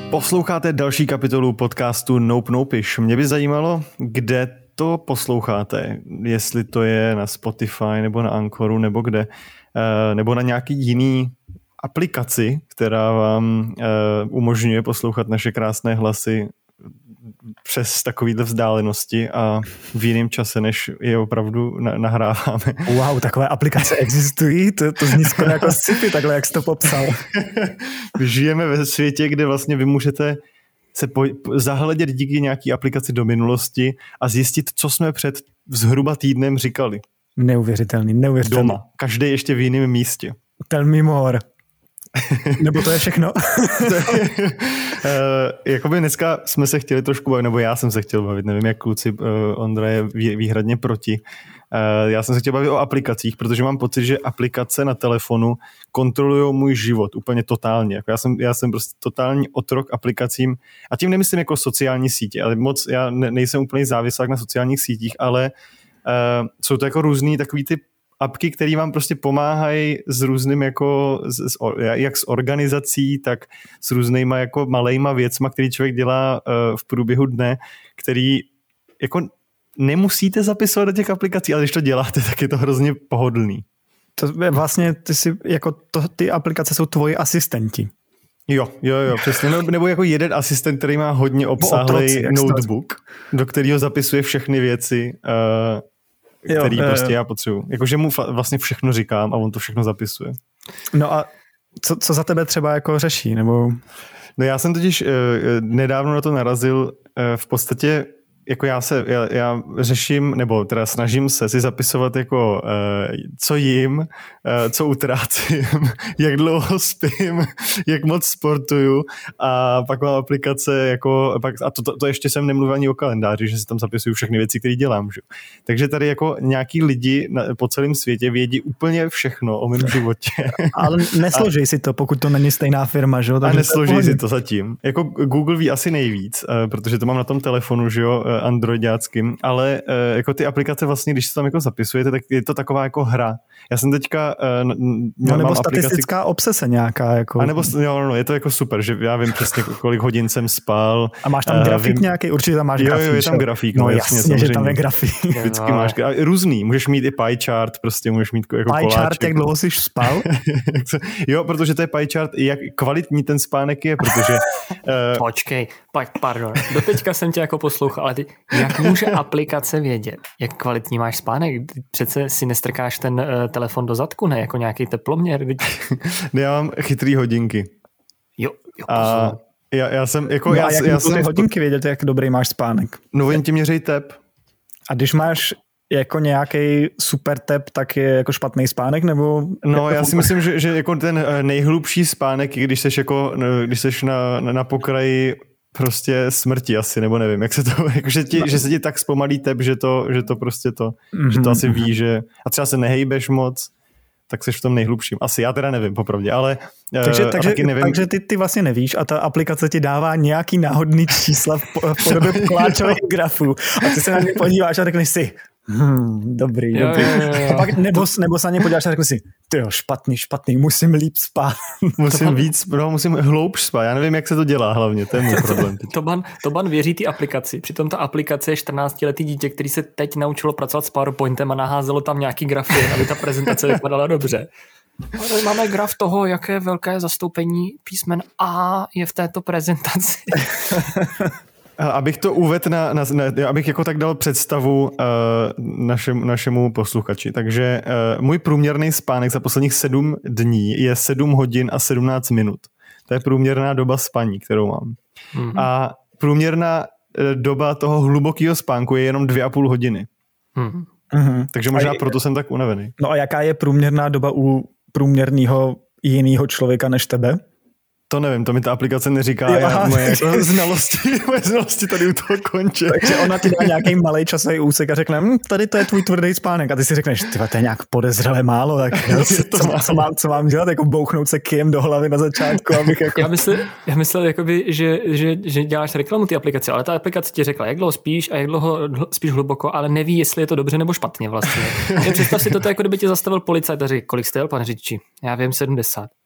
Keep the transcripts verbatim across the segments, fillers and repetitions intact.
Posloucháte další kapitolu podcastu Nope Nopish. Mě by zajímalo, kde to posloucháte, jestli to je na Spotify nebo na Anchoru nebo kde, nebo na nějaký jiný aplikaci, která vám umožňuje poslouchat naše krásné hlasy přes takovýhle vzdálenosti a v jiném čase, než je opravdu nahráváme. Wow, takové aplikace existují? To, to zní skoro jako sci-fi, takhle, jak jsi to popsal. Žijeme ve světě, kde vlastně vy můžete se po, zahledět díky nějaký aplikaci do minulosti a zjistit, co jsme před zhruba týdnem říkali. Neuvěřitelný, neuvěřitelný. Doma. Každý ještě v jiném místě. Tell me more. Nebo to je všechno? to je, uh, jakoby dneska jsme se chtěli trošku bavit, nebo já jsem se chtěl bavit, nevím jak kluci, uh, Ondra je výhradně proti. Uh, já jsem se chtěl bavit o aplikacích, protože mám pocit, že aplikace na telefonu kontrolují můj život úplně totálně. Jako já, jsem, já jsem prostě totální otrok aplikacím a tím nemyslím jako sociální sítě, ale moc já ne, nejsem úplně závislák na sociálních sítích, ale uh, jsou to jako různý takový ty apky, které vám prostě pomáhají s různým jako, s, s, jak s organizací, tak s různýma jako malejma věcma, který člověk dělá uh, v průběhu dne, který jako nemusíte zapisovat do těch aplikací, ale když to děláte, tak je to hrozně pohodlný. To je vlastně, ty, si, jako to, ty aplikace jsou tvoji asistenti. Jo, jo, jo, přesně. No, nebo jako jeden asistent, který má hodně obsáhlý notebook, do kterého zapisuje všechny věci, uh, Jo, který jo, prostě jo. já potřebuji. Jakože mu vlastně všechno říkám a on to všechno zapisuje. No a co, co za tebe třeba jako řeší? Nebo... No já jsem totiž uh, nedávno na to narazil, uh, v podstatě jako já se, já, já řeším, nebo teda snažím se si zapisovat jako uh, co jím, uh, co utrácím, jak dlouho spím, jak moc sportuju a pak mám aplikace jako, pak, a to, to, to ještě jsem nemluvil ani o kalendáři, že si tam zapisuju všechny věci, které dělám. Že? Takže tady jako nějaký lidi na, po celém světě vědí úplně všechno o mém životě. Ale nesloží a, si to, pokud to není stejná firma, že jo? A nesloží si to zatím. Jako Google ví asi nejvíc, uh, protože to mám na tom telefonu, že jo, androidáckým, ale uh, jako ty aplikace vlastně, když se tam jako zapisujete, tak je to taková jako hra. Já jsem teďka uh, no nebo statistická aplikaci... obsese nějaká. Jako... A nebo, jo, no, je to jako super, že já vím přesně, kolik hodin jsem spal. A máš tam grafik uh, vím... nějaký? Určitě tam máš jo, grafik. Jo, je tam grafik. No, no jasně, jasně že tam je grafik. Vždycky máš grafik. Různý, můžeš mít i pie chart, prostě můžeš mít jako pie koláček. chart, jak dlouho jsi spal? Jo, protože to je pie chart, jak kvalitní ten spánek je, protože... Uh... Počkej, pak, pardon, doteďka jsem tě jako poslouchal, ale ty, jak může aplikace vědět, jak kvalitní máš spánek? Přece si nestrkáš ten uh, telefon do zadku, ne? Jako nějaký teploměr. Ne, já mám chytrý hodinky. Jo, jo, a já, já jsem, jako no já, a jak já jsem, ty hodinky vědět, jak dobrý máš spánek? No jen ti měřej tep. A když máš jako nějaký super tep, tak je jako špatný spánek, nebo... No já si myslím, že, že jako ten nejhlubší spánek, když seš jako, když seš na, na pokraji prostě smrti asi, nebo nevím, jak se to, jako, že, ti, no. že se ti tak zpomalí tep, že to, že to prostě to, mm-hmm. že to asi ví, že a třeba se nehejbeš moc, tak jsi v tom nejhlubším. Asi já teda nevím, popravdě, ale takže, uh, takže, taky nevím. Takže ty, ty vlastně nevíš a ta aplikace ti dává nějaký náhodný čísla v, v podobě koláčových grafů a ty se na ně podíváš a řekneš si Hmm, dobrý, jo, dobrý. Jo, jo, jo. A pak nebo, nebo se na ně podíváš a řekl si, tyjo, špatný, špatný, musím líp spát. Musím to víc, no, musím hloubš spát. Já nevím, jak se to dělá hlavně, to je můj problém. To ban, to ban věří ty aplikaci. Přitom ta aplikace je čtrnáctiletý dítě, který se teď naučilo pracovat s PowerPointem a naházelo tam nějaký grafy, aby ta prezentace vypadala dobře. Ale máme graf toho, jaké velké zastoupení písmen A je v této prezentaci. Abych to uvedl, na, na, na, abych jako tak dal představu uh, našem, našemu posluchači. Takže uh, můj průměrný spánek za posledních sedm dní je sedm hodin a sedmnáct minut. To je průměrná doba spaní, kterou mám. Mm-hmm. A průměrná uh, doba toho hlubokého spánku je jenom dvě a půl hodiny. Mm-hmm. Takže možná je, proto jsem tak unavený. No a jaká je průměrná doba u průměrného jiného člověka než tebe? To nevím, to mi ta aplikace neříká. Jo, já, moje jako znalosti, moje znalosti tady u toho končí. Takže ona ti dá nějaký malej časový úsek a řekne, hm, tady to je tvůj tvrdý spánek. A ty si řekneš, tyva, to je nějak podezřelé málo, tak co, co, co, mám, co mám dělat? Jako bouchnout se kyjem do hlavy na začátku, abych jako... Já myslel, já myslel jakoby, že, že, že děláš reklamu ty aplikace, ale ta aplikace ti řekla, jak dlouho spíš a jak dlouho spíš hluboko, ale neví, jestli je to dobře nebo špatně vlastně. Představ si to, jako kdyby tě zastavil policajt a řekl, kolik jste jel, pane řidiči? Já vím, sedmdesát.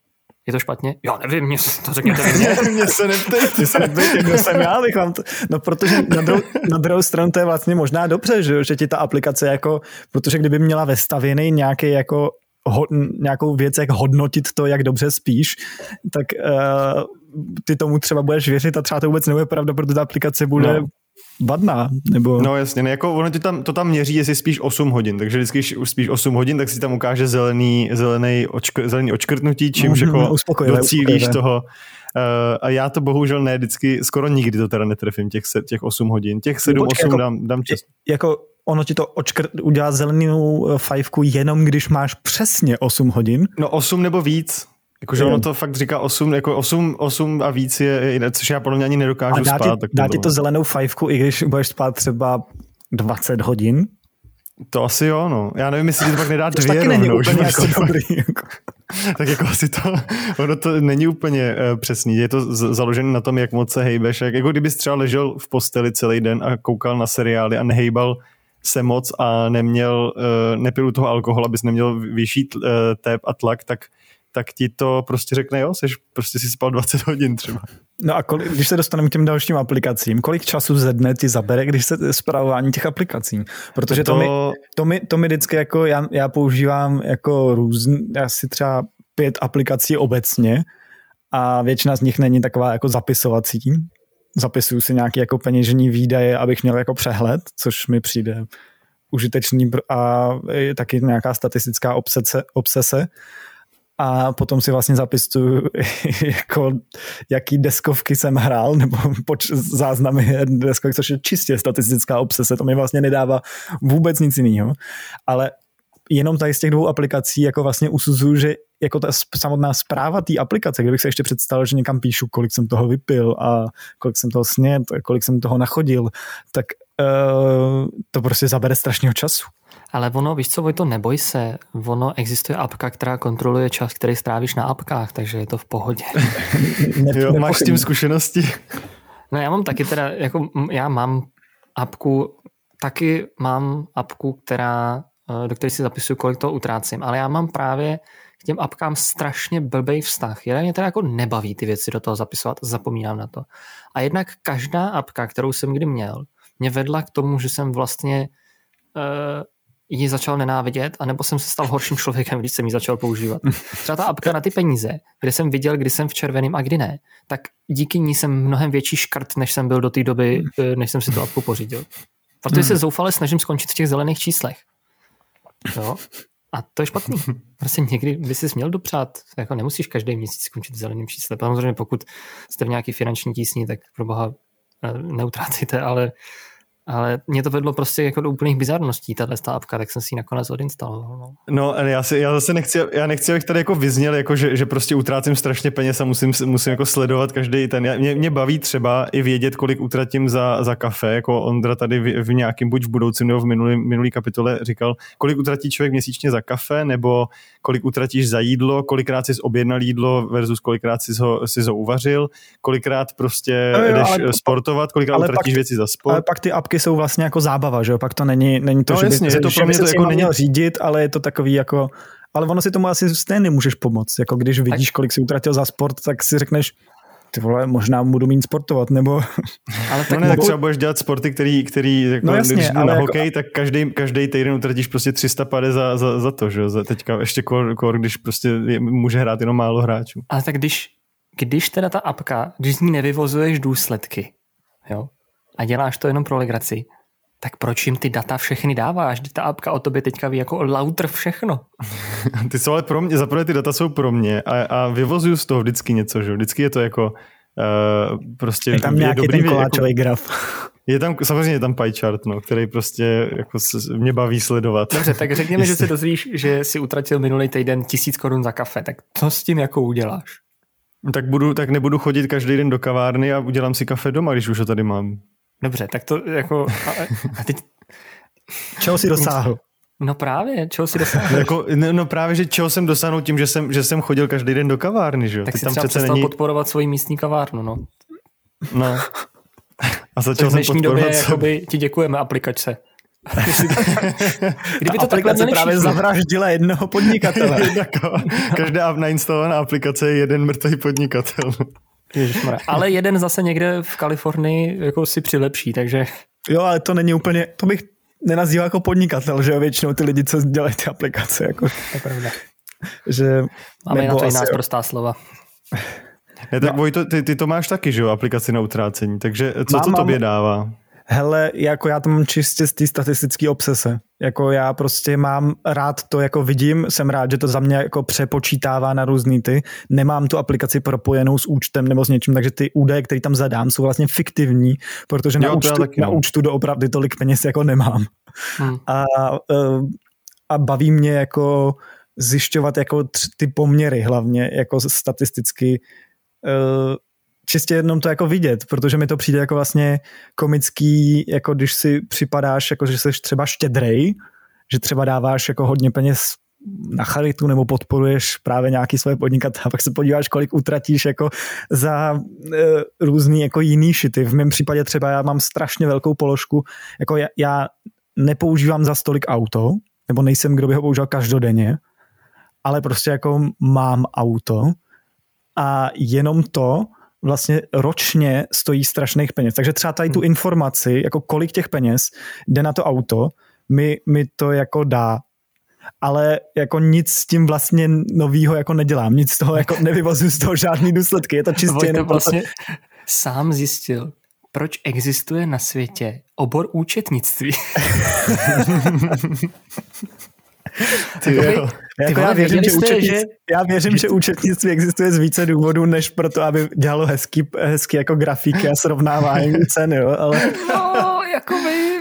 Je to špatně? Já nevím, mě to řekněte mě. Mě se neptejte. Mě se neptejte, kdo jsem já, bych vám to... No protože na, druhou, na druhou stranu to je vlastně možná dobře, že, že ti ta aplikace jako, protože kdyby měla vestavěný nějaký jako ho, nějakou věc, jak hodnotit to, jak dobře spíš, tak uh, ty tomu třeba budeš věřit a třeba to vůbec nebude pravda, protože ta aplikace bude no. vadná. Nebo... No jasně, ne, jako ono to tam, to tam měří, jestli spíš osm hodin, takže vždycky, když spíš osm hodin, tak si tam ukáže zelený, zelený, očkr, zelený očkrtnutí, čímž jako docílíš toho. Uh, a já to bohužel ne, vždycky, skoro nikdy to teda netrefím, těch, těch osm hodin. Těch sedm osm jako, dám, dám čas. Jako ono ti to očkrt, udělá zelenou fajfku jenom když máš přesně osm hodin? No osm nebo víc. Jakože ono to fakt říká osm, jako osm, osm a víc je, což já podle mě ani nedokážu a dá spát. Ti, dá ti to zelenou fajfku, i když budeš spát třeba dvacet hodin? To asi jo, no. Já nevím, jestli to pak nedá to dvě taky rovnou. Není úplně jako dobrý. Tak jako asi to, ono to není úplně uh, přesný. Je to z- založené na tom, jak moc se hejbeš. Jak, jako kdybys třeba ležel v posteli celý den a koukal na seriály a nehejbal se moc a neměl, uh, nepil toho alkohol, abys neměl vyšší uh, tep a tlak, tak tak ti to prostě řekne, jo, seš, prostě si spal dvacet hodin třeba. No a kolik, když se dostaneme k těm dalším aplikacím, kolik času ze dne ti zabere, když se spravování těch aplikací? Protože to, to, mi, to, mi, to mi vždycky jako, já, já používám jako různý, asi třeba pět aplikací obecně a většina z nich není taková jako zapisovací. Zapisuju si nějaké jako peněžní výdaje, abych měl jako přehled, což mi přijde užitečný a je taky nějaká statistická obsese, obsese. A potom si vlastně zapisuju, jako, jaký deskovky jsem hrál, nebo poč- záznamy deskovky, což je čistě statistická obsese, to mi vlastně nedává vůbec nic jiného. Ale jenom tady z těch dvou aplikací jako vlastně usuzuju, že jako ta samotná zpráva té aplikace, kdybych se ještě představil, že někam píšu, kolik jsem toho vypil a kolik jsem toho snědl, kolik jsem toho nachodil, tak uh, to prostě zabere strašného času. Ale ono, víš co, Vojto, neboj se, ono existuje apka, která kontroluje čas, který strávíš na apkách, takže je to v pohodě. Jo, máš s tím zkušenosti? No já mám taky teda, jako já mám apku, taky mám apku, která, do které si zapisuju, kolik toho utrácím, ale já mám právě k těm apkám strašně blbej vztah. Jeden mě teda jako nebaví ty věci do toho zapisovat, zapomínám na to. A jednak každá apka, kterou jsem kdy měl, mě vedla k tomu, že jsem vlastně uh, ji začal nenávidět, anebo jsem se stal horším člověkem, když jsem ji začal používat. Třeba ta apka na ty peníze, kde jsem viděl, kdy jsem v červeném a kdy ne, tak díky ní jsem mnohem větší škrt, než jsem byl do té doby, než jsem si tu apku pořídil. Protože se zoufale snažím skončit v těch zelených číslech. Jo? A to je špatný. Prostě někdy by si měl dopřát, jako nemusíš každý měsíc skončit v zeleném čísle. Samozřejmě pokud jste v nějaký finanční tísni, tak pro boha neutrácíte, ale Ale mě to vedlo prostě jako do úplných bizarností, tato apka, tak jsem si ji nakonec odinstaloval. No, no já, si, já zase nechci, já nechci, abych tady jako vyzněl, jako že, že prostě utrácím strašně peněz a musím, musím jako sledovat každý ten. Já, mě, mě baví třeba i vědět, kolik utratím za, za kafe, jako Ondra tady v, v nějakým, buď v budoucím nebo v minulý, minulý kapitole říkal, kolik utratí člověk měsíčně za kafe, nebo kolik utratíš za jídlo, kolikrát jsi objednal jídlo versus kolikrát jsi ho, jsi ho uvařil, kolikrát prostě no jo, jdeš ale, sportovat, kolikrát utratíš věci za sport. Ale pak ty apky jsou vlastně jako zábava, že jo? Pak to není, není to, no, že jasně, by, je to že pro mě by se to jako není... měl řídit, ale je to takový jako, ale ono si tomu asi stejně nemůžeš pomoct, jako když vidíš, tak... kolik si utratil za sport, tak si řekneš, ty vole, možná budu mít sportovat, nebo... Ale tak, no ne, nebo... tak třeba budeš dělat sporty, který, který jako, no jasně, když jdu na jako... hokej, tak každý, každý týden utratíš prostě tři sta padesát za, za, za to, že jo? Za teďka ještě kor, kor, když prostě je, může hrát jenom málo hráčů. Ale tak když, když teda ta apka, když z ní nevyvozuješ důsledky, jo, a děláš to jenom pro legraci, tak proč jim ty data všechny dáváš? Ta apka o tobě teďka ví jako lauter všechno. Ty jsou ale pro mě, zaprvé ty data jsou pro mě a, a vyvozuju z toho vždycky něco, že vždycky je to jako uh, prostě... Je tam je nějaký dobrý, ten koláčový jako, graf. Je tam, samozřejmě je tam pie chart, no, který prostě jako mě baví sledovat. Dobře, tak řekněme, že se dozvíš, že si utratil minulý týden tisíc korun za kafe, tak co s tím jako uděláš? Tak, budu, tak nebudu chodit každý den do kavárny a udělám si kafe doma, když už ho tady mám. Dobře, tak to jako... A teď... Čeho jsi dosáhl? No právě, čeho jsi dosáhl? jako, no, no právě, že čeho jsem dosáhnul tím, že jsem, že jsem chodil každý den do kavárny, že jo? Tak teď si tam třeba přestal není... podporovat svoji místní kavárnu, no. No. A začal v dnešní jsem době podporovat jakoby, ti děkujeme aplikačce. Kdyby to takhle měli právě všichni. Zavraždila jednoho podnikatele. Každá nainstalovaná aplikace je jeden mrtvý podnikatel. Ježišmarja. Ale jeden zase někde v Kalifornii jako si přilepší, takže... Jo, ale to není úplně, to bych nenazýval jako podnikatel, že jo, většinou ty lidi, co dělají ty aplikace. Jako, to je pravda. Že, máme na to jiná prostá slova. Ne, tak no. Vojto, ty, ty to máš taky, že jo, aplikaci na utrácení, takže co mám, to tobě dává? Hele, jako já to mám čistě z té statistické obsese. Jako já prostě mám rád to, jako vidím, jsem rád, že to za mě jako přepočítává na různý ty. Nemám tu aplikaci propojenou s účtem nebo s něčím, takže ty údaje, které tam zadám, jsou vlastně fiktivní, protože jo, na, účtu, taky, na účtu doopravdy tolik peněz jako nemám. Hmm. A, a baví mě jako zjišťovat jako ty poměry hlavně, jako statisticky čistě jednou to jako vidět, protože mi to přijde jako vlastně komický, jako když si připadáš, jako že jsi třeba štědrej, že třeba dáváš jako hodně peněz na charitu nebo podporuješ právě nějaký svoje podnikatele a pak se podíváš, kolik utratíš jako za e, různý jako jiný šity. V mém případě třeba já mám strašně velkou položku, jako já, já nepoužívám za stolik auto, nebo nejsem, kdo by ho používal každodenně, ale prostě jako mám auto a jenom to vlastně ročně stojí strašných peněz. Takže třeba tady tu informaci, jako kolik těch peněz jde na to auto, mi, mi to jako dá. Ale jako nic s tím vlastně novýho jako nedělám. Nic z toho jako nevyvozuju z toho žádný důsledky. Je to čistě jenom vlastně proto... sám zjistil, proč existuje na světě obor účetnictví. Ty jo. Jako já, věřím, že účetnictví, že... já věřím, že účetnictví existuje z více důvodů, než proto, aby dělalo hezký, hezký jako grafiky a srovnávání cen, jo, ale... No, jakoby...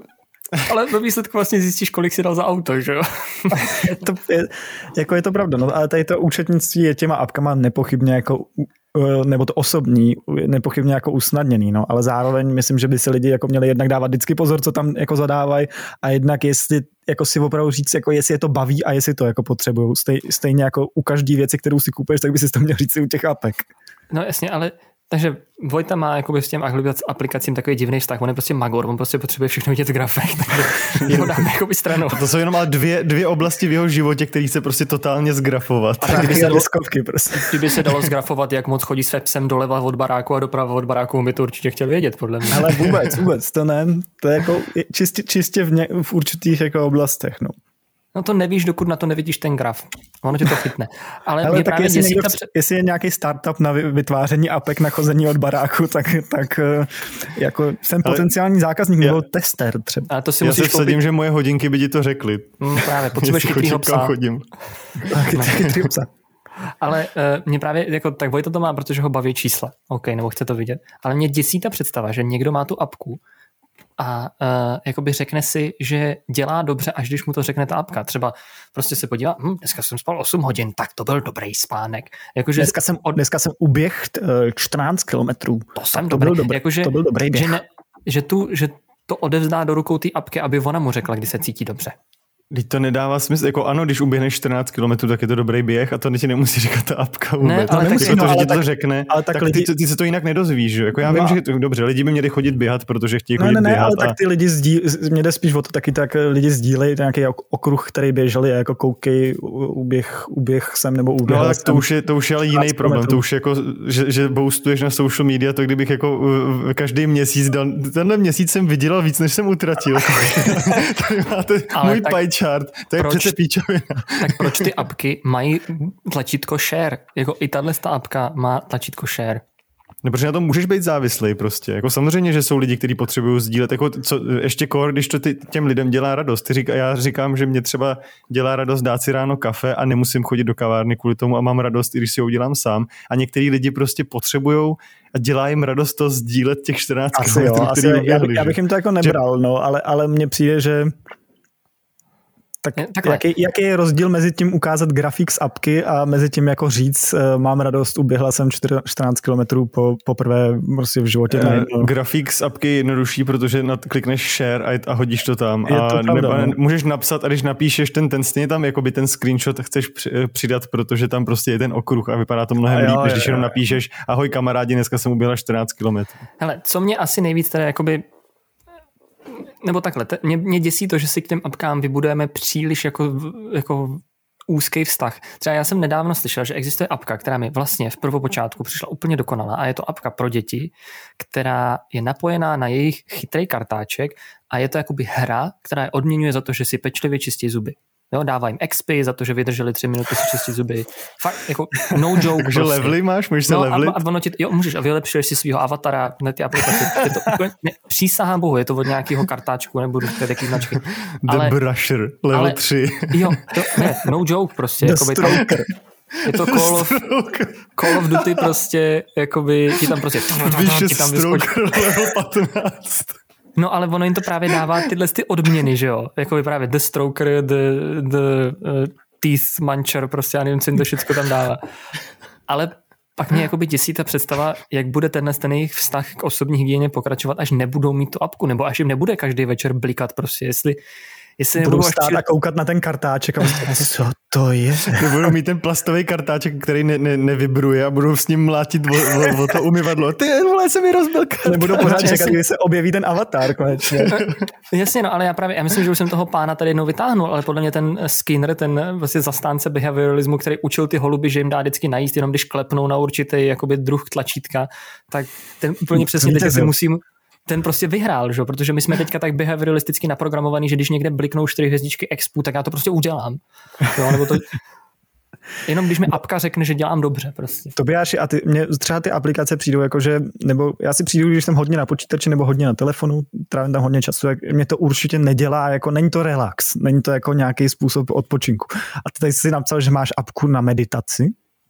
Ale ve výsledku vlastně zjistíš, kolik si dal za auto, že jo? je to, je, jako je to pravda, no, ale tady to účetnictví je těma apkama nepochybně jako, nebo to osobní, nepochybně jako usnadněný, no, ale zároveň myslím, že by si lidi jako měli jednak dávat vždycky pozor, co tam jako zadávají a jednak jestli jako si opravdu říct, jako jestli je to baví a jestli to jako potřebujou. Stej, stejně jako u každý věci, kterou si kupuješ, tak by si to měl říct si u těch apek. No jasně, ale takže Vojta má jakoby s těm aplikacím takový divný vztah, on je prostě magor, on prostě potřebuje všechno vidět v grafech, takže jeho dáme jakoby stranou. To jsou jenom ale dvě, dvě oblasti v jeho životě, který chce prostě totálně zgrafovat. A kdyby se, dalo, prostě. kdyby se dalo zgrafovat, jak moc chodí s psem doleva od baráku a doprava od baráku, by to určitě chtěl vědět, podle mě. Ale vůbec, vůbec, to ne, to je jako čistě, čistě v, ně, v určitých jako oblastech, no. No to nevíš, dokud na to nevidíš ten graf. Ono tě to chytne. Ale, Ale mě tak právě jestli, děsí někdo, ta... jestli je nějaký startup na vytváření apek na chození od baráku, tak, tak jako jsem Ale potenciální zákazník nebo tester třeba. A to si já musíš se vsadím, koupit... že moje hodinky by ti to řekly. Mm, právě, potřebuješ chytrýho psa. Chodím. Chytrýho psa. Ale uh, mě právě, jako, tak Vojta to má, protože ho baví čísla. OK, nebo chce to vidět. Ale mě děsí ta představa, že někdo má tu apku a uh, jakoby řekne si, že dělá dobře, až když mu to řekne ta apka. Třeba prostě se podívá, hm, dneska jsem spal osm hodin, tak to byl dobrý spánek. Jakože dneska, jsem, od... dneska jsem uběh čtrnáct kilometrů. To jsem to dobrý. Byl dobrý. Jakože, to byl dobrý běh. Že, ne, že, tu, že to odevzdá do rukou té apky, aby ona mu řekla, kdy se cítí dobře. Teď to nedává smysl, jako ano, když uběhneš čtrnáct kilometrů, tak je to dobrý běh a to ti nemusí říkat ta apka vůbec. Ne, ale nemusí, jako no, to, že ale ti tak, to řekne, ale tak, tak lidi... ty, ty se to jinak nedozvíš. Že? Jako já no. vím, že to, dobře, lidi by měli chodit běhat, protože chtějí ne, chodit ne, ne, běhat. ale a... tak ty lidi sdílí, mě jde spíš o to taky, tak lidi sdílejí nějaký okruh, který běželi a jako koukej, uběh, uběh sem nebo uběh. No tak to už je, to už je ale jiný problém, to už jako, že, že boostuješ na social media, to kdybych jako každý měsíc dal, tenhle měsíc jsem vydělal víc, než jsem utratil. Tady máte ale můj pie chart, to je přece píčovina. Tak proč ty apky mají tlačítko share? Jako i tahle ta apka má tlačítko share. No, protože na tom můžeš být závislý prostě. Jako samozřejmě, že jsou lidi, kteří potřebují sdílet. Jako co, ještě kor, když to ty, těm lidem dělá radost. Ty říká, já říkám, že mě třeba dělá radost dát si ráno kafe a nemusím chodit do kavárny kvůli tomu a mám radost, i když si ho udělám sám. A některý lidi prostě potřebujou a dělá jim radost to sdílet těch čtrnáct kilometrů, který já, já bych jim to jako nebral, že... no, ale, ale mně přijde, že tak jaký, jaký je rozdíl mezi tím ukázat grafik z apky a mezi tím jako říct, uh, mám radost, uběhla jsem čtrnáct kilometrů po, poprvé prostě v životě. Uh, grafik z apky je jednodušší, protože nad, klikneš share a, a hodíš to tam. Je a to pravda, nebo, no. Můžeš napsat a když napíšeš ten, ten stejně tam jakoby ten screenshot chceš přidat, protože tam prostě je ten okruh a vypadá to mnohem líp, než když jenom napíšeš ahoj kamarádi, dneska jsem uběhla čtrnáct kilometrů. Hele, co mě asi nejvíc teda jakoby nebo takhle, te, mě, mě děsí to, že si k těm apkám vybudujeme příliš jako, jako úzký vztah. Třeba já jsem nedávno slyšel, že existuje apka, která mi vlastně v prvopočátku přišla úplně dokonalá a je to apka pro děti, která je napojená na jejich chytrý kartáček a je to jakoby hra, která je odměňuje za to, že si pečlivě čistí zuby. Jo, dává jim X P za to, že vydrželi tři minuty si čistit zuby. Fakt, jako no joke. Takže prostě. Levely máš? Můžeš se no, levely? A, a ono ti, jo, můžeš a vylepšuješ si svýho avatara na ty aplikaci. Je to úplně, ne, přísahám bohu, je to od nějakého kartáčku, nebudu říkat jaký značky. The ale, Brusher, level ale, tři. Jo, to, ne, no joke prostě. Jakoby tam, je to Call of, Call of Duty prostě, jakoby ti tam prostě ti tam vyskočí. Level patnáct. No ale ono jim to právě dává tyhle ty odměny, že jo? Jako právě The Stroker, The, the uh, Teeth Muncher, prostě já nevím, co jim to všechno tam dává. Ale pak mě jakoby děsí ta představa, jak bude tenhle ten jejich vztah k osobní hygieně pokračovat, až nebudou mít tu apku, nebo až jim nebude každý večer blikat prostě, jestli Jestli budou stát přijde... a koukat na ten kartáček a vlastně, co to je? Budou mít ten plastový kartáček, který ne, ne, nevibruje a budou s ním mlátit o, o, o to umyvadlo. Ty vole, se mi rozbil kartáček. Nebudou pořád čekat, kdy se objeví ten avatar konečně. Jasně, no, ale já právě, já myslím, že už jsem toho pána tady jednou vytáhnul, ale podle mě ten Skinner, ten vlastně zastánce behavioralismu, který učil ty holuby, že jim dá vždycky najíst, jenom když klepnou na určitý jakoby druh tlačítka, tak ten úplně přesně teď si musím... ten prostě vyhrál, že? Protože my jsme teďka tak behavioralisticky naprogramovaný, že když někde bliknou čtyři hvězdičky expu, tak já to prostě udělám. Jo, nebo to... Jenom když mi apka řekne, že dělám dobře prostě. Tobiáši, a ty, mě třeba ty aplikace přijdou jako, že, nebo já si přijdu, když jsem hodně na počítači nebo hodně na telefonu, trávím tam hodně času, jak mě to určitě nedělá, jako není to relax, není to jako nějaký způsob odpočinku. A ty tady jsi napsal, že máš apku na meditaci.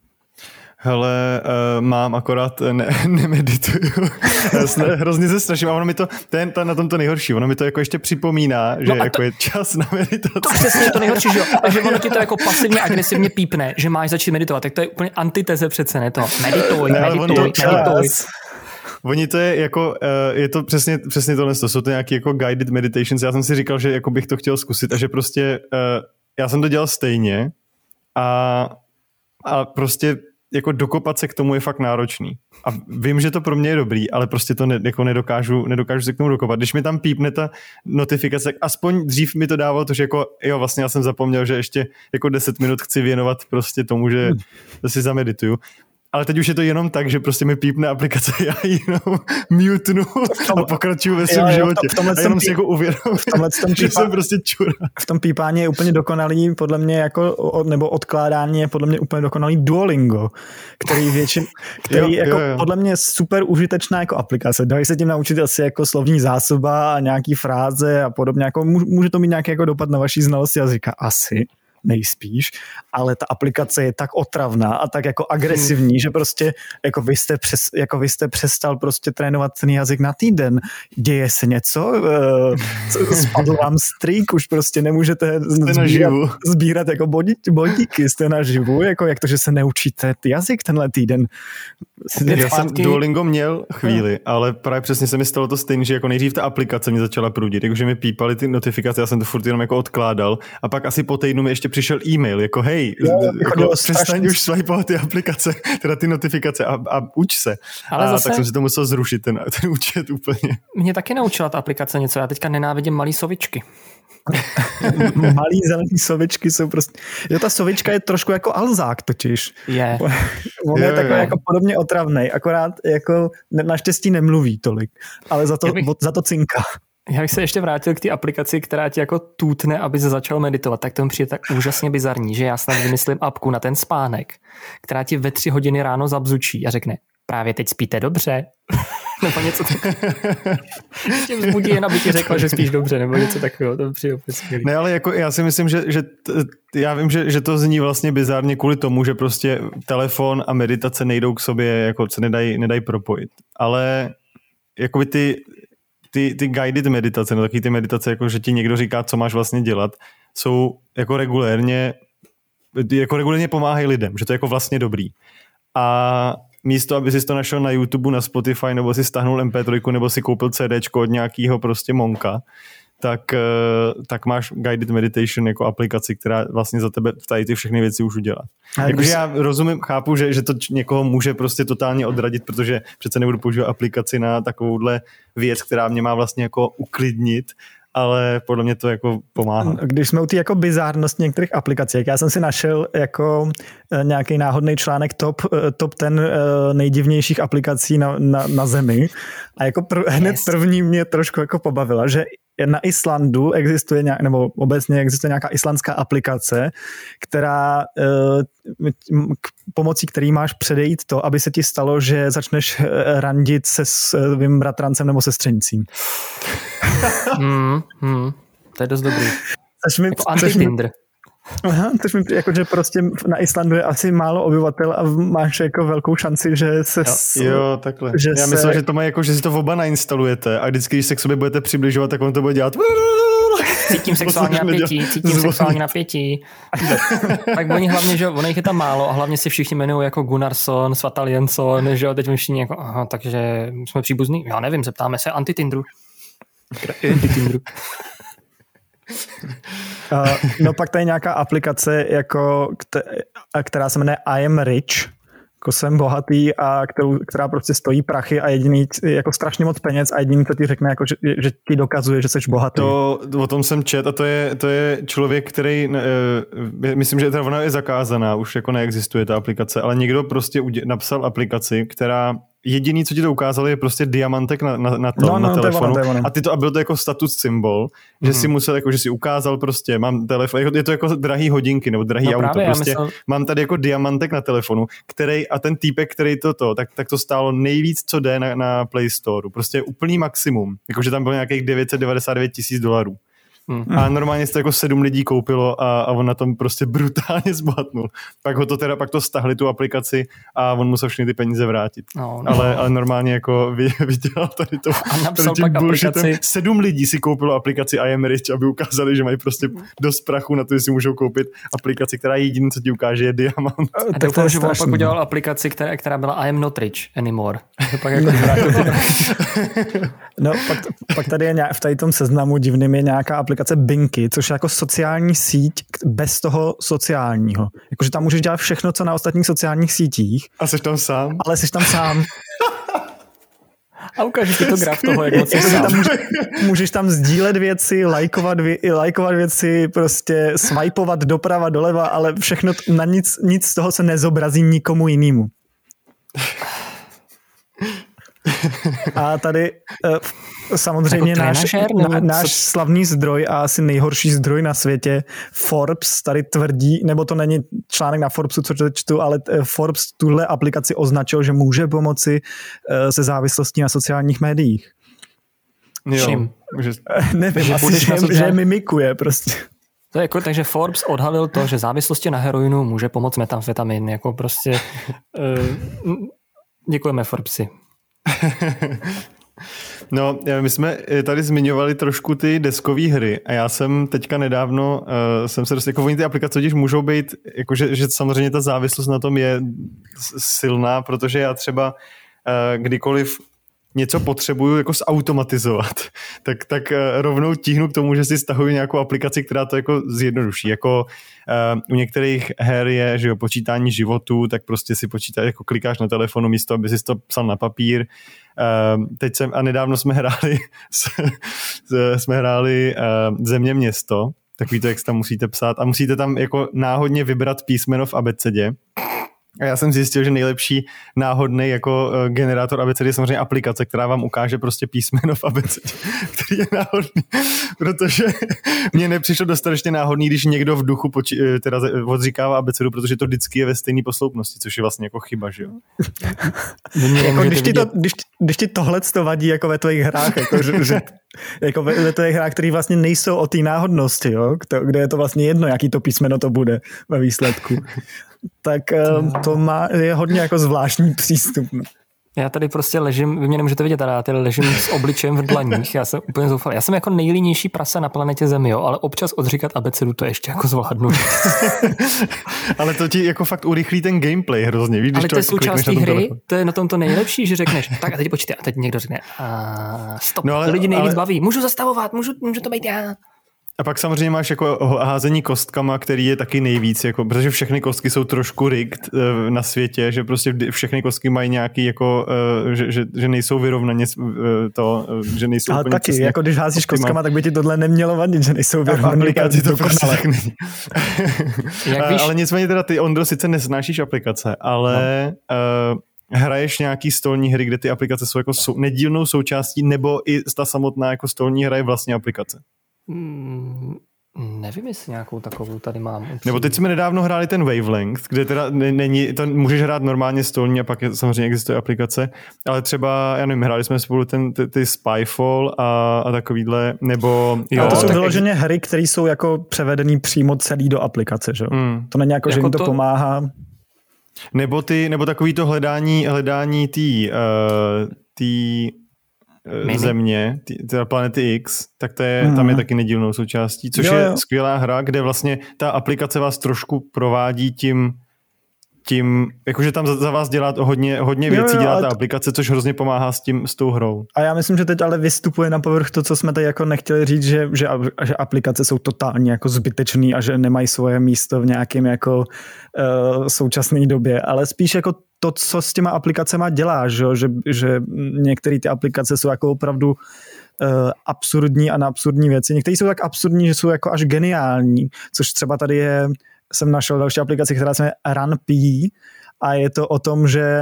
Hele, uh, mám, akorát ne, nemedituju. Hrozně se straším a ono mi to, ten, ten na tom to nejhorší, ono mi to jako ještě připomíná, že no jako to, je čas na meditaci. To přesně to nejhorší, že jo, že ono ti to jako pasivně agresivně pípne, že máš začít meditovat, tak to je úplně antiteze přece, ne to, medituj, ne, medituj, to medituj. Oni to je jako, je to přesně, přesně tohle, to jsou to nějaké jako guided meditations, já jsem si říkal, že jako bych to chtěl zkusit a že prostě, já jsem to dělal stejně a, a prostě jako dokopat se k tomu je fakt náročný. A vím, že to pro mě je dobrý, ale prostě to ne, jako nedokážu, nedokážu se k tomu dokopat. Když mi tam pípne ta notifikace, aspoň dřív mi to dávalo to, že jako, jo, vlastně já jsem zapomněl, že ještě jako deset minut chci věnovat prostě tomu, že to si zamedituju. Ale teď už je to jenom tak, že prostě mi pípne aplikace, já ji jenom mutenu a pokračuju ve svém životě. V tomhle a jenom si jako uvědomím, že jsem prostě čura. V tom pípání je úplně dokonalý, podle mě jako, nebo odkládání je podle mě úplně dokonalý Duolingo, který většin, který jo, jako jo, jo. podle mě super užitečná jako aplikace. Dají se tím naučit asi jako slovní zásoba a nějaký fráze a podobně. Jako může to mít nějaký jako dopad na vaší znalosti jazyka? Asi. Nejspíš, ale ta aplikace je tak otravná a tak jako agresivní, hmm. že prostě jako vy, jste přes, jako vy jste přestal prostě trénovat ten jazyk na týden. Děje se něco? Uh, spadl vám streak, už prostě nemůžete sbírat, sbírat jako bodí, bodíky, jste naživu, jako jak to, že se neučíte jazyk tenhle týden. Já jsem Duolingo měl chvíli, no. ale právě přesně se mi stalo to stejné, že jako nejdřív ta aplikace mě začala prudit, jakože mi pípaly ty notifikace, já jsem to furt jenom jako odkládal a pak asi po týdnu mi ještě přišel e-mail, jako hej, jo, jako přestaň už swipeovat ty aplikace, teda ty notifikace a, a uč se. Ale a zase, tak jsem si to musel zrušit, ten, ten účet úplně. Mě taky naučila ta aplikace něco, já teďka nenávidím malý sovičky. Malý zelený sovičky jsou prostě... Jo, ta sovička je trošku jako alzák totiž. Je. On je takový jako podobně otravnej, akorát jako naštěstí nemluví tolik, ale za to, bych, za to cinká. Já bych se ještě vrátil k té aplikaci, která ti jako tutne, aby se začal meditovat, tak to mi přijde tak úžasně bizarní, že já snad vymyslím apku na ten spánek, která ti ve tři hodiny ráno zabzučí a řekne, právě teď spíte dobře. Nebo něco takového. Tě vzbudí jen, aby ti řekla, že spíš dobře, nebo něco takového. To přijde opět skvělý. Ne, ale jako já si myslím, že, že t, já vím, že, že to zní vlastně bizárně kvůli tomu, že prostě telefon a meditace nejdou k sobě, jako se nedají, nedají propojit. Ale jakoby ty, ty, ty guided meditace, no taky ty meditace, jako že ti někdo říká, co máš vlastně dělat, jsou jako regulérně, jako regulérně pomáhají lidem, že to je jako vlastně dobrý. A místo, aby si to našel na YouTube, na Spotify, nebo si stáhnul em pé tři, nebo si koupil CDčko od nějakého prostě monka, tak, tak máš guided meditation jako aplikaci, která vlastně za tebe tady ty všechny věci už udělá. Jakože já rozumím, chápu, že, že to někoho může prostě totálně odradit, protože přece nebudu používat aplikaci na takovouhle věc, která mě má vlastně jako uklidnit, ale podle mě to jako pomáhá. Když jsme u té jako bizárnosti některých aplikací, já jsem si našel jako nějaký náhodný článek top, top ten nejdivnějších aplikací na, na, na zemi a jako prv, hned první mě trošku jako pobavila, že na Islandu existuje nějak, nebo obecně existuje nějaká islandská aplikace, která k pomocí který máš předejít to, aby se ti stalo, že začneš randit se svým bratrancem nebo sestřenicím. Hmm, hmm, to je dost dobrý. Což mi, jako anti-Tinder. Aha, což mi jako, že prostě na Islandu je asi málo obyvatel a máš jako velkou šanci, že se... Jo, jo takhle. Že Já se... myslím, že to má jako, že si to oba nainstalujete a vždycky, když se k sobě budete přibližovat, tak on to bude dělat... Cítím sexuální napětí, cítím sexuální napětí. Tak oni hlavně, že ono jich je tam málo a hlavně si všichni jmenují jako Gunnarsson, Svatal Jensson, že jo, teď všichni jako, aha, takže jsme příbuzní. Já nevím, zeptáme se anti-Tindru. Anti-Tindru. Uh, no pak tady je nějaká aplikace, jako, která se jmenuje I am rich, jako jsem bohatý a kterou, která prostě stojí prachy a jediný, jako strašně moc peněz a jediný, co ti řekne, jako, že, že ti dokazuje, že jsi bohatý. To, o tom jsem čet a to je, to je člověk, který, uh, myslím, že teda ona je zakázaná, už jako neexistuje ta aplikace, ale někdo prostě udě, napsal aplikaci, která jediný, co ti to ukázalo, je prostě diamantek na, na, na, to, no, no, na telefonu. To je ono, to je ono. A ty to, a byl to jako status symbol, mm-hmm. že si musel, jako, že si ukázal prostě, mám telefon, je to jako drahý hodinky nebo drahý no, auto, právě, prostě myslel... mám tady jako diamantek na telefonu, který, a ten týpek, který to to, tak, tak to stálo nejvíc, co jde na, na Play Store, prostě úplný maximum, jakože tam bylo nějakých devět set devadesát devět tisíc dolarů. Hmm. A normálně se to jako sedm lidí koupilo a, a on na tom prostě brutálně zbohatnul. Pak ho to teda, pak to stahli tu aplikaci a on musel všechny ty peníze vrátit. No, no. Ale, ale normálně jako vydělal tady to. A napsal pak aplikaci. Sedm lidí si koupilo aplikaci I am rich, aby ukázali, že mají prostě dost prachu na to, že si můžou koupit aplikaci, která jediný, co ti ukáže, je diamant. A doufám, že on pak udělal aplikaci, která, která byla I am not rich anymore. Pak jako no, pak, pak tady je nějak, v tady tom seznamu divným je nějaká aplikace Binky, což je jako sociální síť bez toho sociálního. Jakože tam můžeš dělat všechno, co na ostatních sociálních sítích. A jsi tam sám? Ale jsi tam sám. A ukážeš ti to graf toho, jak moc jsi sám. Tam může, můžeš tam sdílet věci, lajkovat, vě, lajkovat věci, prostě swipeovat doprava, doleva, ale všechno na nic, nic z toho se nezobrazí nikomu jinému. A tady samozřejmě jako náš, na, náš slavný zdroj a asi nejhorší zdroj na světě Forbes tady tvrdí, nebo to není článek na Forbesu, co to čtu, ale Forbes tuhle aplikaci označil, že může pomoci se závislostí na sociálních médiích. Jo, že, nevím, že asi, že, že mimikuje prostě. To je jako, takže Forbes odhalil to, že závislosti na heroinu může pomoct metamfetamin, jako prostě uh, děkujeme Forbesi. No, my jsme tady zmiňovali trošku ty deskové hry a já jsem teďka nedávno, uh, jsem se dost, jako oni ty aplikace totiž můžou být, jakože, že samozřejmě ta závislost na tom je silná, protože já třeba uh, kdykoliv něco potřebuju jako zautomatizovat, tak, tak uh, rovnou tíhnu k tomu, že si stahuji nějakou aplikaci, která to jako zjednoduší. Jako uh, u některých her je, že jo, počítání životů, tak prostě si počítáš, jako klikáš na telefonu místo, aby si to psal na papír. Uh, teď jsem, a nedávno jsme hráli jsme hráli uh, Země město, takový to, jak tam musíte psát a musíte tam jako náhodně vybrat písmeno v abecedě. A já jsem zjistil, že nejlepší náhodný jako uh, generátor abecedy je samozřejmě aplikace, která vám ukáže prostě písmeno v abecedě, který je náhodný, protože mně nepřišlo dostatečně náhodný, když někdo v duchu poči- teda odříkává abecedu, protože to vždycky je ve stejné posloupnosti, což je vlastně jako chyba, že jo? Jako když, ti to, když, když ti tohle to vadí jako ve tvých hrách, jako, že, že, jako ve, ve tvých hrách, které vlastně nejsou o té náhodnosti, jo? Kde je to vlastně jedno, jaký to písmeno to bude ve výsledku. Tak to má, je hodně jako zvláštní přístup. No. Já tady prostě ležím, vy mě nemůžete vidět, ale já tady ležím s obličejem v dlaních, já jsem úplně zoufalý. Já jsem jako nejlínější prase na planetě Zemi, jo, ale občas odříkat abecedu to ještě jako zvládnu. Ale to ti jako fakt urychlí ten gameplay hrozně, víš, když ale to, to je jako součástí hry, telefon. To je na tom to nejlepší, že řekneš, tak a teď počkej, a teď někdo řekne, a stop, no ale, lidi nejvíc ale... baví, můžu zastavovat, můžu, můžu to být já. A pak samozřejmě máš jako házení kostkama, který je taky nejvíc, jako, protože všechny kostky jsou trošku rigged uh, na světě, že prostě všechny kostky mají nějaký jako, uh, že, že, že nejsou vyrovnaně uh, to, uh, že nejsou ale úplně taky, přesně jako když házíš optimál. Kostkama, tak by ti tohle nemělo vadit, že nejsou vyrovnaně. Aplikaci to prostě tak není. Ale nicméně teda ty, Ondro, sice nesnášíš aplikace, ale no. uh, hraješ nějaký stolní hry, kde ty aplikace jsou jako sou, nedílnou součástí, nebo i ta samotná jako stolní hra je vlastně aplikace? Hmm, nevím, jestli nějakou takovou tady mám. Upřímně. Nebo teď jsme nedávno hráli ten Wavelength, kde teda není, to můžeš hrát normálně stolní a pak je, samozřejmě existuje aplikace, ale třeba, já nevím, hráli jsme spolu ten, ty, ty Spyfall a, a takovýhle, nebo... Jo, a to jsou vyloženě ex... hry, které jsou jako převedený přímo celý do aplikace, že? Hmm. To není jako, že jako jim to, to pomáhá. Nebo ty, nebo takový to hledání, hledání tý, uh, tý Mini? země, tý, teda planety X, tak to je, mm. tam je taky nedílnou součástí, což jo, jo. je skvělá hra, kde vlastně ta aplikace vás trošku provádí tím, tím jakože tam za, za vás dělá hodně, hodně věcí, jo, jo, dělá ta t... aplikace, což hrozně pomáhá s tím, s tou hrou. A já myslím, že teď ale vystupuje na povrch to, co jsme tady jako nechtěli říct, že, že, že aplikace jsou totálně jako zbytečný a že nemají svoje místo v nějakém jako uh, současné době, ale spíš jako to, co s těma aplikacema děláš, že, že, že některé ty aplikace jsou jako opravdu uh, absurdní a na absurdní věci. Některé jsou tak absurdní, že jsou jako až geniální, což třeba tady je, jsem našel další aplikaci, která se jmenuje RunP a je to o tom, že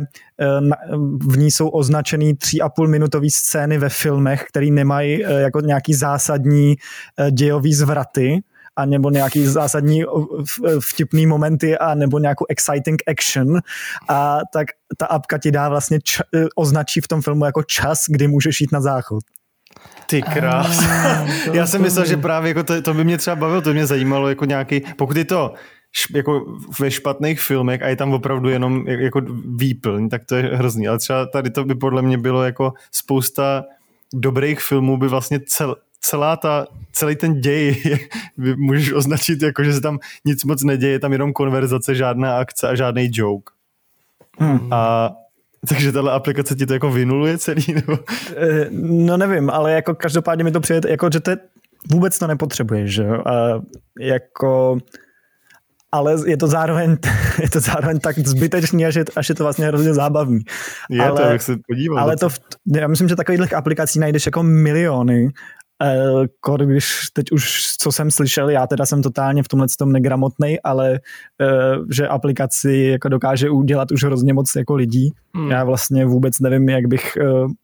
v ní jsou označený tři a půl minutový scény ve filmech, které nemají jako nějaký zásadní dějový zvraty, a nebo nějaký zásadní vtipný momenty a nebo nějakou exciting action a tak ta apka ti dá vlastně č- označí v tom filmu jako čas, kdy můžeš jít na záchod. Ty krás. Já jsem myslel, že právě jako to, to by mě třeba bavilo, to by mě zajímalo jako nějaký, pokud je to jako ve špatných filmech a je tam opravdu jenom jako výplň, tak to je hrozný, ale třeba tady to by podle mě bylo jako spousta dobrých filmů by vlastně cel celá ta, celý ten děj je, můžeš označit jako, že se tam nic moc neděje, je tam jenom konverzace, žádná akce a žádný joke. Hmm. A takže tahle aplikace ti to jako vynuluje celý? Nebo? No nevím, ale jako každopádně mi to přijde, jako, že to je, vůbec to nepotřebuješ, že jo? A jako... ale je to zároveň, je to zároveň tak zbytečný, až je, až je to vlastně hrozně zábavný. Je ale, to, jak se podíval. Ale to, já myslím, že takových aplikací najdeš jako miliony, Kor, když teď už, co jsem slyšel, já teda jsem totálně v tomhle tom negramotnej, ale že aplikaci jako dokáže udělat už hrozně moc jako lidí. Hmm. Já vlastně vůbec nevím, jak bych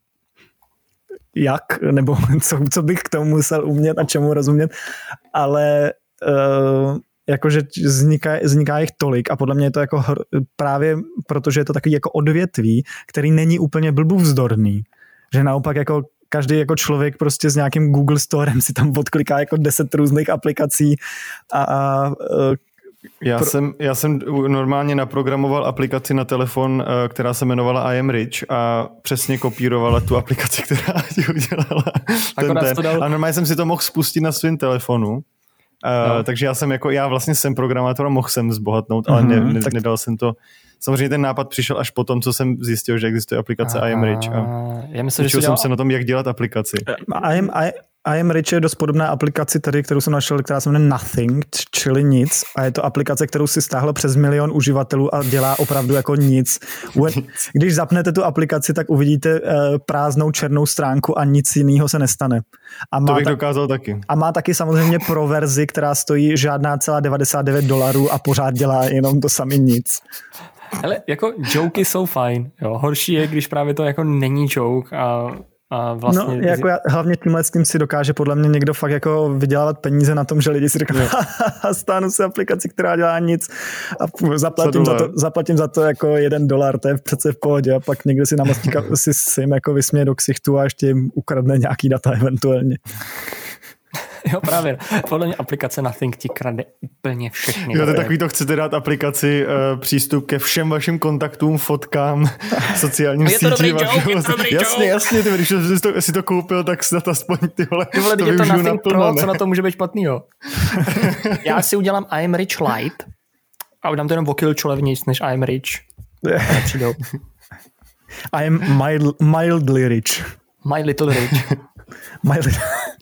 jak, nebo co, co bych k tomu musel umět a čemu rozumět, ale jakože vzniká, vzniká jich tolik a podle mě je to jako hr, právě protože je to takový jako odvětví, který není úplně blbůvzdorný, že naopak jako každý jako člověk prostě s nějakým Google Storem si tam odkliká jako deset různých aplikací a, a já, pro... jsem, já jsem normálně naprogramoval aplikaci na telefon, která se jmenovala I am Rich a přesně kopírovala tu aplikaci, která ti udělala ten ten. A normálně jsem si to mohl spustit na svém telefonu. Uh, no. Takže já jsem jako, já vlastně jsem programátor a mohl jsem zbohatnout, ale ne, ne, tak... nedal jsem to. Samozřejmě ten nápad přišel až po tom, co jsem zjistil, že existuje aplikace I am Rich. A já myslím, učil že jsem dělal... se na tom, jak dělat aplikaci. I am, I, I am Rich je dost podobná aplikaci tady, kterou jsem našel, která se jmenuje Nothing, čili nic. A je to aplikace, kterou si stáhlo přes milion uživatelů a dělá opravdu jako nic. Když zapnete tu aplikaci, tak uvidíte uh, prázdnou černou stránku a nic jiného se nestane. A má to bych ta- dokázal taky. A má taky samozřejmě pro verzi, která stojí žádná celá devadesát devět dolarů a pořád dělá jenom to samý nic. Hele, jako joky jsou fajn. Jo. Horší je, když právě to jako není joke a, a vlastně... No, jako já, hlavně tímhle s tím si dokáže podle mě někdo fakt jako vydělávat peníze na tom, že lidi si řeknou, stáhnu si aplikaci, která dělá nic a zaplatím za, to, zaplatím za to jako jeden dolar, to je přece v pohodě a pak někdo si namastí, si, si jim jako vysměje do ksichtu a ještě jim ukradne nějaký data eventuálně. Jo, právě. Podle mě aplikace Nothing ti krade úplně všechny. Jo, to je takový, to chcete dát aplikaci uh, přístup ke všem vašim kontaktům, fotkám, sociálním sítím. Je to dobrý joke, je to dobrý Jasně, jasně, ty, když jsi to, si to koupil, tak snad aspoň ty vole, ty vole, to je to Nothing naplno, Pro, ne? co na to může být špatnýho? Já si udělám I am rich light a udám to jenom o kilčo levnější než I am rich. Nepřijdou. I am mild, mildly rich. My little rich. My little...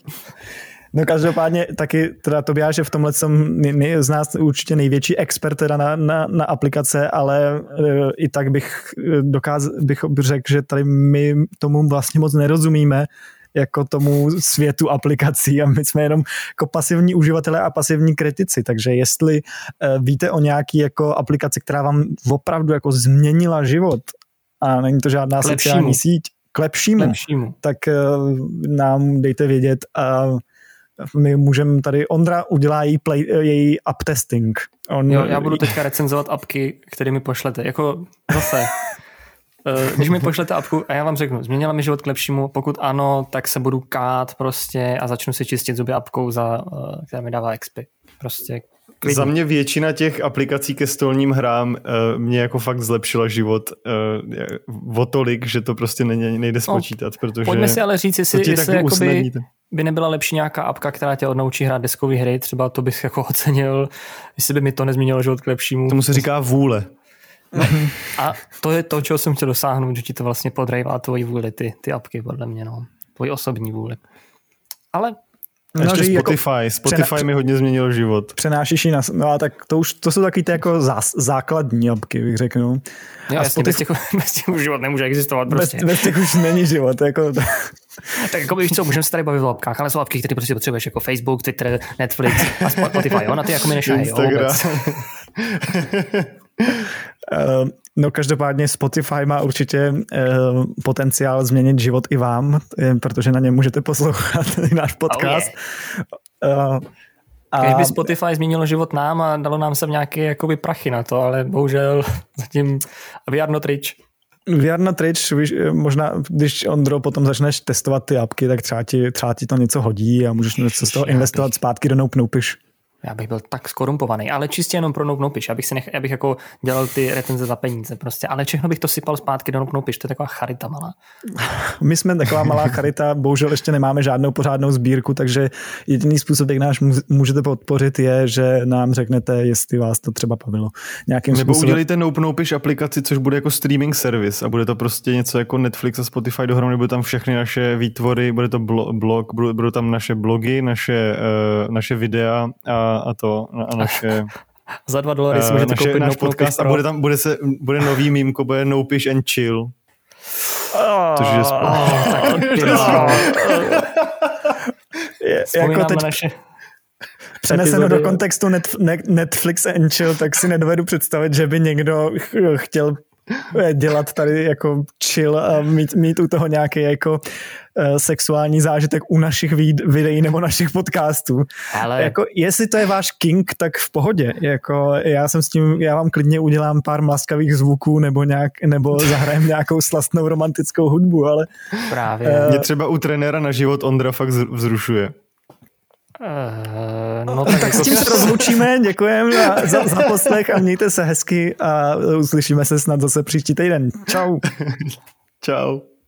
No každopádně taky teda Tobiáš je v tomhle jsem z nás určitě největší expert teda na, na, na aplikace, ale e, i tak bych dokázal, bych řekl, že tady my tomu vlastně moc nerozumíme jako tomu světu aplikací a my jsme jenom jako pasivní uživatelé a pasivní kritici, takže jestli e, víte o nějaký jako aplikaci, která vám opravdu jako změnila život a není to žádná sociální síť, k lepšímu, lepšímu. tak uh, nám dejte vědět a my můžeme tady, Ondra udělá její, play, její up testing. On, jo, já budu teďka recenzovat apky, které mi pošlete. Jako zase, když mi pošlete apku a já vám řeknu, změnila mi život k lepšímu, pokud ano, tak se budu kát prostě a začnu si čistit zuby apkou, za, která mi dává expy. Prostě klidně. Za mě většina těch aplikací ke stolním hrám uh, mě jako fakt zlepšila život uh, o tolik, že to prostě nejde, nejde spočítat, protože... Pojďme si ale říct, jestli, jestli jakoby by nebyla lepší nějaká apka, která tě odnaučí hrát deskové hry, třeba to bych jako ocenil, jestli by mi to nezměnilo život k lepšímu. Tomu se říká vůle. No, a to je to, čeho jsem chtěl dosáhnout, že ti to vlastně podrejvá tvoji vůli, ty, ty apky, podle mě, no. Tvoji osobní vůli. Ale No, ještě Spotify. Jako Spotify přena- mi hodně změnil život. Přenášíš ji na... No a tak to už, to jsou taky ty jako zás, základní apky, bych řekl. Jo, a jasně, Spotify... bez, těch, bez těch už život nemůže existovat prostě. Bez, bez těch už není život. Jako... Tak jako víš co, můžeme se tady bavit o apkách, ale jsou apky, které prostě potřebuješ, jako Facebook, Twitter, Netflix a Spotify, jo, na ty jako mi nešají, jo, vůbec. Uh, no každopádně Spotify má určitě uh, potenciál změnit život i vám, protože na něm můžete poslouchat náš podcast. Oh yeah. uh, a... Když by Spotify změnilo život nám a dalo nám sem nějaké jakoby prachy na to, ale bohužel zatím we are not rich. We are not rich, víš, možná, když Ondro potom začneš testovat ty apky, tak třeba ti, třeba ti to něco hodí a můžeš něco z toho investovat zpátky do Nope Nopish. Já bych byl tak skorumpovaný, ale čistě jenom pro Nope Nopish, abych si nech, abych jako dělal ty recenze za peníze prostě, ale všechno bych to sypal zpátky do Nope Nopish, to je taková charita malá. My jsme taková malá charita, bohužel ještě nemáme žádnou pořádnou sbírku, takže jediný způsob, jak nás můžete podpořit, je, že nám řeknete, jestli vás to třeba bavilo. Nějakým Nebo způsobem... udělejte Nope Nopish aplikaci, což bude jako streaming service a bude to prostě něco jako Netflix a Spotify dohromady, bude tam všechny naše výtvory, bude to blog, budou tam naše blogy, naše, uh, naše videa a a to a naše za dva dolary si můžete koupit náš podcast a bude tam bude se bude nový mýmko, bude Nopish and chill. Oh, což je oh, tak je, jako teď naše přeneseno do kontextu net, net, Netflix and chill, tak si nedovedu představit, že by někdo ch- chtěl dělat tady jako chill a mít, mít u toho nějaký jako uh, sexuální zážitek u našich videí nebo našich podcastů. Ale... Jako, jestli to je váš king, tak v pohodě. Jako, já jsem s tím, já vám klidně udělám pár mlaskavých zvuků nebo, nějak, nebo zahrajem nějakou slastnou romantickou hudbu, ale... Právě. Uh, Mě třeba u trenéra na život Ondra fakt vzrušuje. Uh, no, tak, tak s tím se rozloučíme, děkujeme za, za, za poslech a mějte se hezky a uslyšíme se snad zase příští týden. Čau. Čau.